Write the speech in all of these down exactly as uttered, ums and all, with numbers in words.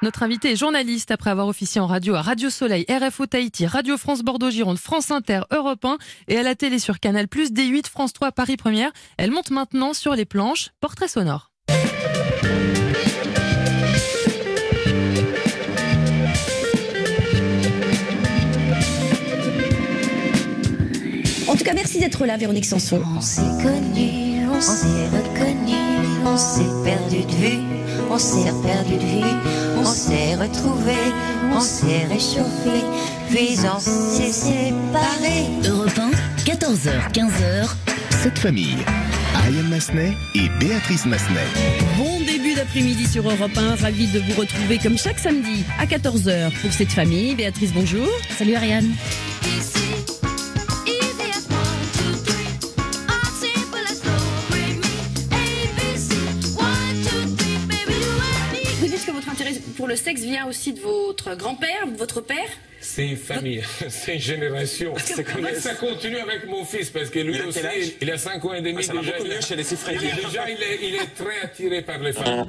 Notre invité est journaliste après avoir officié en radio à Radio Soleil, R F O Tahiti, Radio France Bordeaux-Gironde, France Inter, Europe un et à la télé sur Canal plus, D huit, France trois, Paris Première. Elle monte maintenant sur les planches. Portrait sonore. En tout cas, merci d'être là, Véronique Sanson. On s'est connus, on s'est reconnus, on s'est perdu de vue, on s'est perdu de vue, on s'est retrouvés, on s'est réchauffé, puis on s'est séparés. Europe un, quatorze heures, quinze heures. Cette famille, Ariane Massenet et Béatrice Massenet. Bon début d'après-midi sur Europe un, ravi de vous retrouver comme chaque samedi à quatorze heures pour cette famille. Béatrice, bonjour. Salut Ariane. Pour le sexe vient aussi de votre grand-père, de votre père? C'est une famille, c'est une génération. C'est comme ça continue avec mon fils parce que lui il aussi, il, il a cinq ans et demi. Ah, déjà, il, a, chez les il, est, déjà il, est, il est très attiré par les femmes.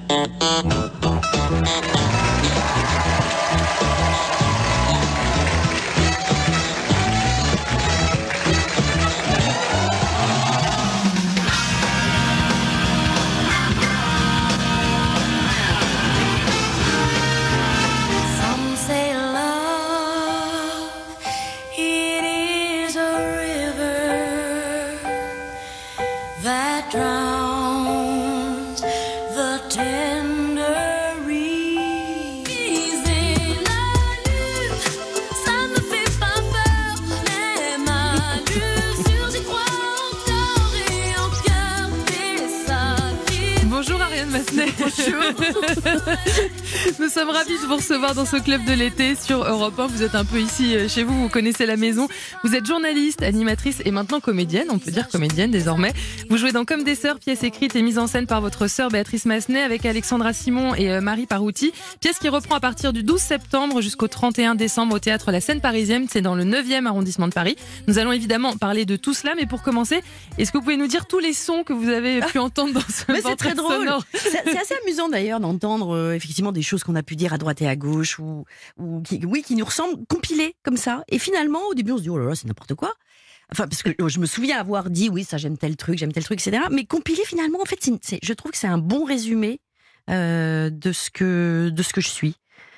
Nous sommes ravis de vous recevoir dans ce club de l'été sur Europe un. Vous êtes un peu ici chez vous, vous connaissez la maison. Vous êtes journaliste, animatrice et maintenant comédienne, on peut dire comédienne désormais. Vous jouez dans Comme des sœurs, pièce écrite et mise en scène par votre sœur Béatrice Massenet avec Alexandra Simon et Marie Parouti. Pièce qui reprend à partir du douze septembre jusqu'au trente et un décembre au théâtre La Seine Parisienne, c'est dans le neuvième arrondissement de Paris. Nous allons évidemment parler de tout cela, mais pour commencer, est-ce que vous pouvez nous dire tous les sons que vous avez pu entendre dans ce mais c'est très drôle. C'est, c'est assez amusant d'ailleurs d'entendre euh, effectivement des choses qu'on a pu dire à droite et à gauche ou, ou qui, oui, qui nous ressemblent compilées comme ça. Et finalement, au début, on se dit oh là là, c'est n'importe quoi. Enfin, parce que je me souviens avoir dit oui, ça j'aime tel truc, j'aime tel truc, et cetera. Mais compilé finalement, en fait, c'est, c'est, je trouve que c'est un bon résumé euh, de ce que de ce que je suis.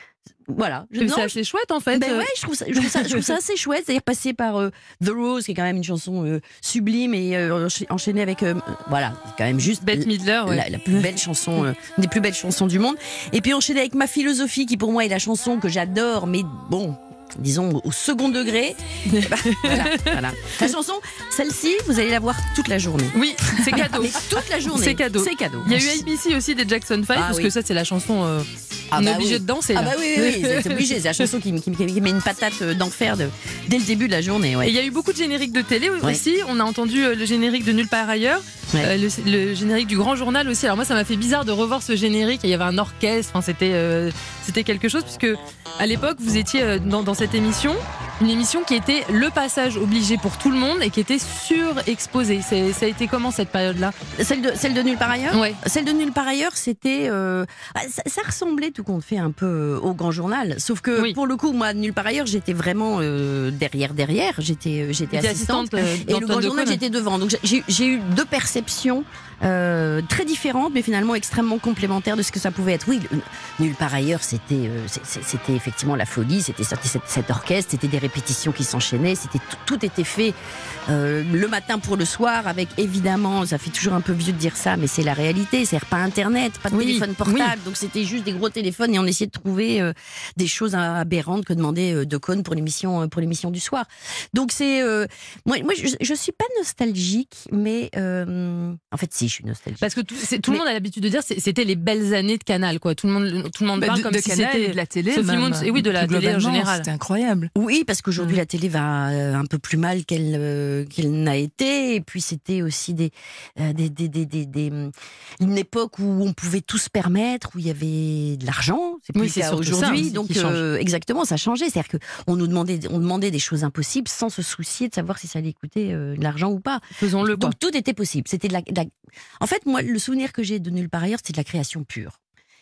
Voilà. Je, c'est assez chouette en fait. Ben ouais, je trouve ça, je trouve ça, je trouve ça assez chouette. C'est-à-dire passer par euh, The Rose, qui est quand même une chanson euh, sublime, et euh, enchaîner avec, euh, voilà, c'est quand même juste Bette Midler, ouais. la, la plus belle chanson, euh, une des plus belles chansons du monde. Et puis enchaîner avec Ma philosophie, qui pour moi est la chanson que j'adore, mais bon. Disons au second degré. voilà, voilà. La chanson, celle-ci, vous allez la voir toute la journée. Oui, c'est cadeau. Mais toute la journée. C'est cadeau. C'est cadeau. Il y a eu A B C aussi des Jackson five, ah, parce oui. que ça, c'est la chanson. Euh, ah, on bah est obligé oui. de danser. Là. Ah, bah oui, oui, oui c'est obligé. C'est la chanson qui, qui, qui met une patate d'enfer de, dès le début de la journée. Ouais. Et il y a eu beaucoup de génériques de télé aussi. Ouais. On a entendu le générique de Nulle part ailleurs, ouais. euh, le, le générique du Grand Journal aussi. Alors moi, ça m'a fait bizarre de revoir ce générique. Il y avait un orchestre. Enfin, c'était, euh, c'était quelque chose, puisque à l'époque, vous étiez dans, dans cette émission. Une émission qui était le passage obligé pour tout le monde et qui était surexposée. C'est, ça a été comment cette période-là ? Celle de, celle de Nulle part ailleurs ? Ouais. Celle de Nulle part ailleurs, c'était... Euh, ça, ça ressemblait tout compte fait un peu au Grand Journal. Sauf que oui. pour le coup, moi, Nulle part ailleurs, j'étais vraiment euh, derrière, derrière. J'étais, j'étais assistante. assistante et le Grand Journal, j'étais devant. Donc j'ai, j'ai eu deux perceptions euh, très différentes, mais finalement extrêmement complémentaires de ce que ça pouvait être. Oui, Nulle part ailleurs, c'était, euh, c'était effectivement la folie. C'était cet, cet orchestre, c'était des répétitions qui s'enchaînaient, c'était tout, tout était fait euh, le matin pour le soir, avec évidemment, ça fait toujours un peu vieux de dire ça, mais c'est la réalité, c'est-à-dire pas internet, pas de oui, téléphone portable, oui. donc c'était juste des gros téléphones et on essayait de trouver euh, des choses aberrantes que demandait euh, Decaune pour l'émission, pour l'émission du soir. Donc c'est, euh, moi, moi je, je suis pas nostalgique, mais euh, en fait si, je suis nostalgique. Parce que tout, c'est, tout mais, le monde a l'habitude de dire, c'est, c'était les belles années de Canal, quoi. Tout le monde, tout le monde bah, parle de, comme de si Canal c'était et de la télé, Sophie même, Mons, et oui, de la télé en général. C'était incroyable. Oui, parce qu'aujourd'hui, mmh. la télé va un peu plus mal qu'elle, euh, qu'elle n'a été. Et puis, c'était aussi des, euh, des, des, des, des, des, une époque où on pouvait tout se permettre, où il y avait de l'argent. C'est plus oui, le c'est cas aujourd'hui. Ça, donc, euh, exactement, ça changeait. C'est-à-dire qu'on nous demandait, on demandait des choses impossibles sans se soucier de savoir si ça allait coûter euh, de l'argent ou pas. Faisons-le. Donc, quoi. Tout était possible. C'était de la, de la... En fait, moi, le souvenir que j'ai de Nulle part ailleurs, c'était de la création pure.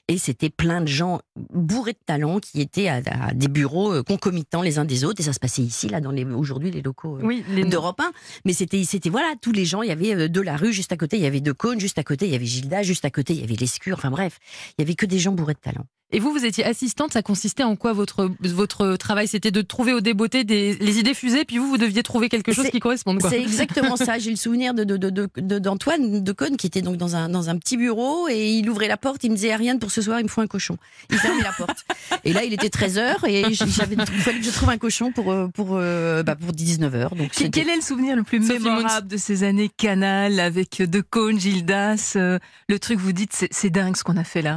Et c'était plein de gens bourrés de talent qui étaient à, à des bureaux concomitants les uns des autres. Et ça se passait ici, là, dans les, aujourd'hui, les locaux oui, les... d'Europe un. Mais c'était, c'était, voilà, tous les gens. Il y avait de la rue, juste à côté, il y avait De Caunes, juste à côté, il y avait Gilda, juste à côté, il y avait Lescure. Enfin bref, il y avait que des gens bourrés de talent. Et vous, vous étiez assistante, ça consistait en quoi votre, votre travail? C'était de trouver au débeauté des, les idées fusées, puis vous, vous deviez trouver quelque chose c'est, qui corresponde, quoi. C'est exactement ça. J'ai le souvenir de, de, de, de, d'Antoine De Caunes, qui était donc dans un, dans un petit bureau, et il ouvrait la porte, il me disait, Ariane, pour ce soir, il me faut un cochon. Il fermait la porte. Et là, il était treize heures, et j'avais, il fallait que je trouve un cochon pour, pour, bah, pour dix-neuf heures. Donc, Quel c'était... est le souvenir le plus Sophie mémorable Mons... de ces années Canal, avec De Caunes, Gildas, euh, le truc, vous dites, c'est, c'est dingue ce qu'on a fait là?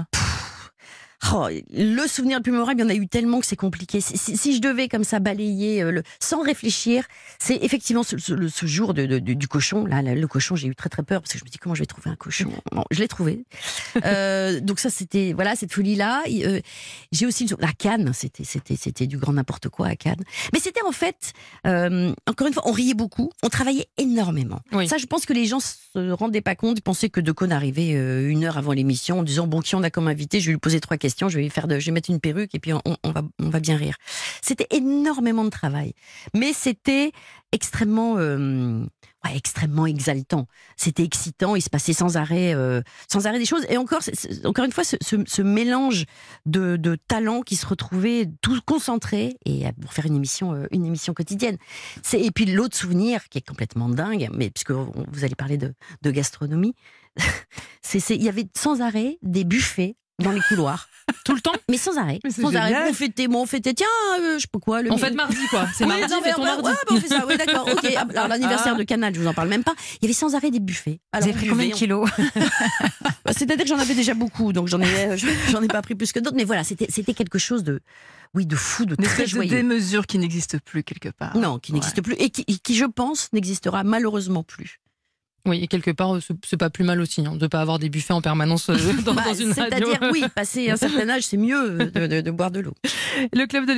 Oh, le souvenir le plus mémorable, il y en a eu tellement que c'est compliqué. Si, si, si je devais comme ça balayer euh, le, sans réfléchir, c'est effectivement ce, ce, ce jour de, de, de, du cochon. Là, le cochon, j'ai eu très très peur parce que je me dis comment je vais trouver un cochon. Bon, je l'ai trouvé. Euh, donc ça, c'était voilà cette folie-là. Euh, j'ai aussi la Cannes. C'était c'était c'était du grand n'importe quoi à Cannes. Mais c'était en fait euh, encore une fois, on riait beaucoup, on travaillait énormément. Oui. Ça, je pense que les gens se rendaient pas compte. Ils pensaient que De Caunes arrivait euh, une heure avant l'émission en disant bon, qui on a comme invité, je vais lui poser trois questions. Je vais lui faire de, je vais mettre une perruque et puis on, on va, on va bien rire. C'était énormément de travail, mais c'était extrêmement, euh, ouais, extrêmement exaltant. C'était excitant. Il se passait sans arrêt, euh, sans arrêt des choses. Et encore, c'est, c'est, encore une fois, ce, ce, ce mélange de, de talents qui se retrouvaient tous concentrés et pour faire une émission, euh, une émission quotidienne. C'est, et puis l'autre souvenir qui est complètement dingue, mais puisque vous allez parler de, de gastronomie, c'est, c'est, il y avait sans arrêt des buffets dans les couloirs. Tout le temps, mais sans arrêt. Mais sans génial. arrêt. On fêtait, bon, on fêtait, tiens, euh, je sais pas quoi. Le on fête mardi, quoi. C'est oui, mardi, on fait ton mardi. Ouais, bah, on fait ça, oui, d'accord, ok. Alors, l'anniversaire ah. de Canal, je vous en parle même pas. Il y avait sans arrêt des buffets. Alors, vous avez pris combien de kilos? C'est-à-dire que j'en avais déjà beaucoup, donc j'en ai, j'en ai pas pris plus que d'autres. Mais voilà, c'était, c'était quelque chose de, oui, de fou, de très espèce joyeux. De démesure qui n'existe plus quelque part. Non, qui n'existe ouais. plus. Et qui, qui, je pense, n'existera malheureusement plus. Oui, et quelque part, c'est pas plus mal aussi, hein, de ne pas avoir des buffets en permanence dans, bah, dans une c'est-à-dire, radio. C'est-à-dire, oui, passer un certain âge, c'est mieux de, de, de boire de l'eau. Le club de